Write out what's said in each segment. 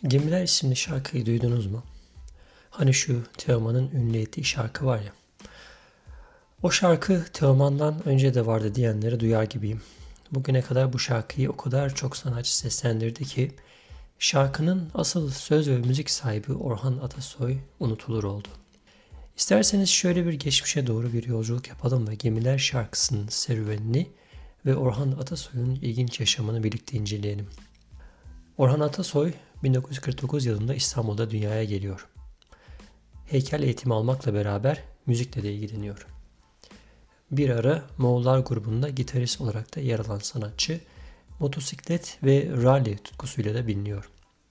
Gemiler isimli şarkıyı duydunuz mu? Hani şu Teoman'ın ünlü ettiği şarkı var ya. O şarkı Teoman'dan önce de vardı diyenleri duyar gibiyim. Bugüne kadar bu şarkıyı o kadar çok sanatçı seslendirdi ki şarkının asıl söz ve müzik sahibi Orhan Atasoy unutulur oldu. İsterseniz şöyle bir geçmişe doğru bir yolculuk yapalım ve Gemiler şarkısının serüvenini ve Orhan Atasoy'un ilginç yaşamını birlikte inceleyelim. Orhan Atasoy 1949 yılında İstanbul'da dünyaya geliyor. Heykel eğitimi almakla beraber müzikle de ilgileniyor. Bir ara Moğollar grubunda gitarist olarak da yer alan sanatçı, motosiklet ve rally tutkusuyla da biliniyor.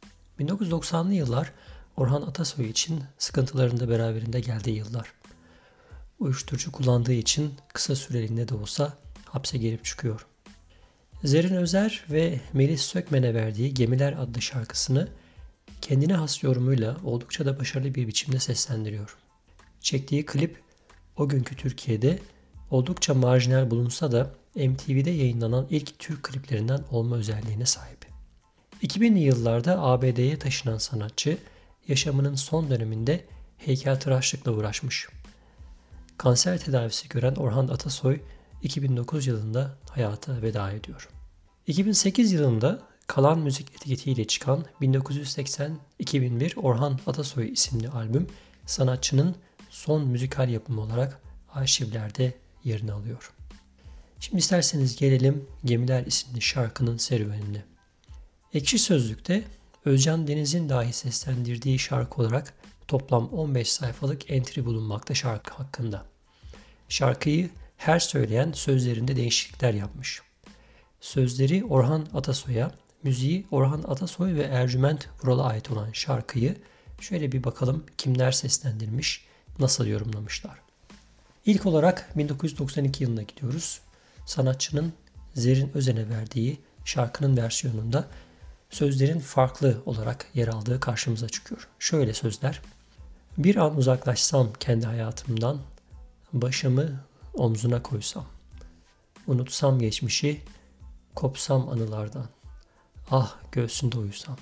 1990'lı yıllar Orhan Atasoy için sıkıntıların da beraberinde geldiği yıllar. Uyuşturucu kullandığı için kısa süreliğine de olsa hapse girip çıkıyor. Zerrin Özer ve Melis Sökmen'e verdiği Gemiler adlı şarkısını kendine has yorumuyla oldukça da başarılı bir biçimde seslendiriyor. Çektiği klip o günkü Türkiye'de oldukça marjinal bulunsa da MTV'de yayınlanan ilk Türk kliplerinden olma özelliğine sahip. 2000'li yıllarda ABD'ye taşınan sanatçı yaşamının son döneminde heykeltıraşlıkla uğraşmış. Kanser tedavisi gören Orhan Atasoy 2009 yılında hayata veda ediyor. 2008 yılında Kalan Müzik etiketiyle çıkan 1980-2001 Orhan Atasoy isimli albüm sanatçının son müzikal yapımı olarak arşivlerde yerini alıyor. Şimdi isterseniz gelelim Gemiler isimli şarkının serüvenine. Ekşi Sözlük'te Özcan Deniz'in dahi seslendirdiği şarkı olarak toplam 15 sayfalık entry bulunmakta şarkı hakkında. Şarkıyı her söyleyen sözlerinde değişiklikler yapmış. Sözleri Orhan Atasoy'a, müziği Orhan Atasoy ve Ercüment Vural'a ait olan şarkıyı şöyle bir bakalım kimler seslendirmiş, nasıl yorumlamışlar. İlk olarak 1992 yılına gidiyoruz. Sanatçının Zerrin Özen'e verdiği şarkının versiyonunda sözlerin farklı olarak yer aldığı karşımıza çıkıyor. Şöyle sözler: Bir an uzaklaşsam kendi hayatımdan, başımı omzuna koysam, unutsam geçmişi, kopsam anılardan, ah göğsünde uyusam.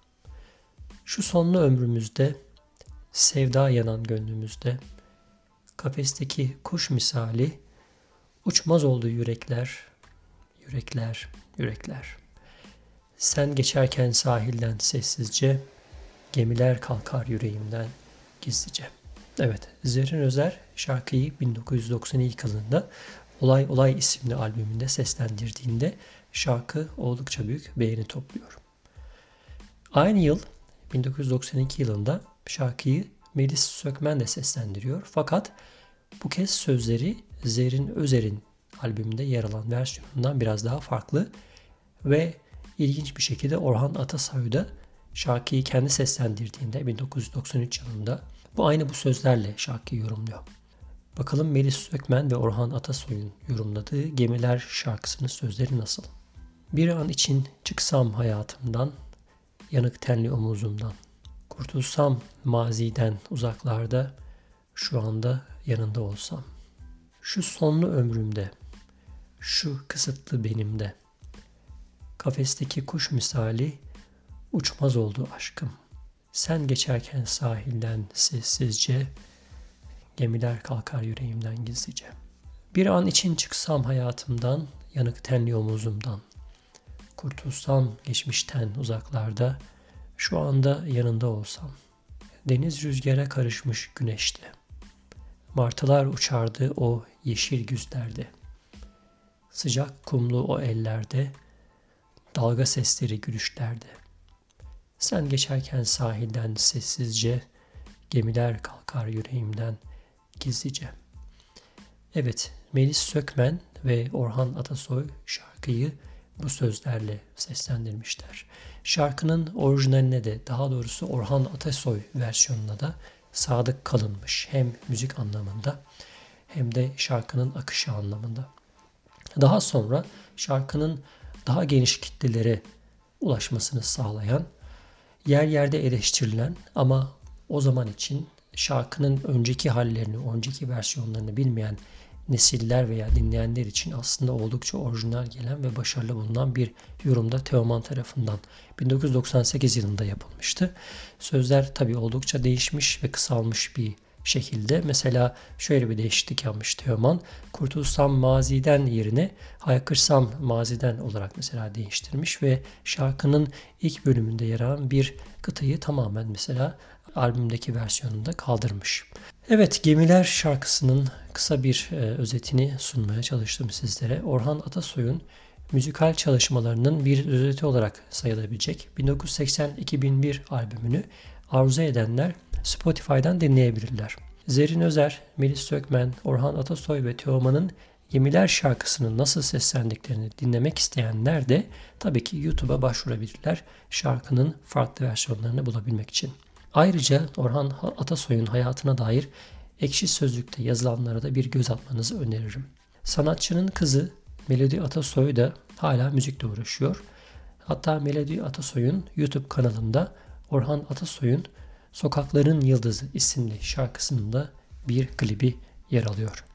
Şu sonlu ömrümüzde, sevda yanan gönlümüzde, kafesteki kuş misali, uçmaz oldu yürekler, yürekler, yürekler. Sen geçerken sahilden sessizce, gemiler kalkar yüreğimden gizlice. Evet, Zerrin Özer şarkıyı 1992 yılında Olay Olay isimli albümünde seslendirdiğinde şarkı oldukça büyük beğeni topluyor. Aynı yıl 1992 yılında şarkıyı Melis Sökmen de seslendiriyor. Fakat bu kez sözleri Zerrin Özer'in albümünde yer alan versiyonundan biraz daha farklı ve ilginç bir şekilde Orhan Atasoy da şarkıyı kendi seslendirdiğinde 1993 yılında bu sözlerle şarkıyı yorumluyor. Bakalım Melis Sökmen ve Orhan Atasoy'un yorumladığı Gemiler şarkısının sözleri nasıl? Bir an için çıksam hayatımdan, yanık tenli omuzumdan, kurtulsam maziden uzaklarda, şu anda yanında olsam. Şu sonlu ömrümde, şu kısıtlı benimde, kafesteki kuş misali, uçmaz oldu aşkım. Sen geçerken sahilden sessizce, gemiler kalkar yüreğimden gizlice. Bir an için çıksam hayatımdan, yanık tenli omuzumdan. Kurtulsam geçmişten uzaklarda, şu anda yanında olsam. Deniz rüzgara karışmış güneşte. Martılar uçardı o yeşil güzlerde. Sıcak kumlu o ellerde, dalga sesleri gülüşlerde. Sen geçerken sahilden sessizce, gemiler kalkar yüreğimden gizlice. Evet, Melis Sökmen ve Orhan Atasoy şarkıyı bu sözlerle seslendirmişler. Şarkının orijinaline de, daha doğrusu Orhan Atasoy versiyonuna da sadık kalınmış. Hem müzik anlamında hem de şarkının akışı anlamında. Daha sonra şarkının daha geniş kitlelere ulaşmasını sağlayan, yer yerde eleştirilen ama o zaman için şarkının önceki hallerini, önceki versiyonlarını bilmeyen nesiller veya dinleyenler için aslında oldukça orijinal gelen ve başarılı bulunan bir yorumda Teoman tarafından 1998 yılında yapılmıştı. Sözler tabii oldukça değişmiş ve kısalmış bir şekilde. Mesela şöyle bir değişiklik yapmış Teoman. Kurtulsam maziden yerine haykırsam maziden olarak mesela değiştirmiş ve şarkının ilk bölümünde yer alan bir kıtayı tamamen mesela albümdeki versiyonunda kaldırmış. Evet, Gemiler şarkısının kısa bir özetini sunmaya çalıştım sizlere. Orhan Atasoy'un müzikal çalışmalarının bir özeti olarak sayılabilecek 1980-2001 albümünü arzu edenler Spotify'dan dinleyebilirler. Zerrin Özer, Melis Sökmen, Orhan Atasoy ve Teoman'ın Gemiler şarkısının nasıl seslendiklerini dinlemek isteyenler de tabii ki YouTube'a başvurabilirler şarkının farklı versiyonlarını bulabilmek için. Ayrıca Orhan Atasoy'un hayatına dair Ekşi Sözlük'te yazılanlara da bir göz atmanızı öneririm. Sanatçının kızı Melody Atasoy da hala müzikle uğraşıyor. Hatta Melody Atasoy'un YouTube kanalında Orhan Atasoy'un Sokakların Yıldızı isimli şarkısının da bir klibi yer alıyor.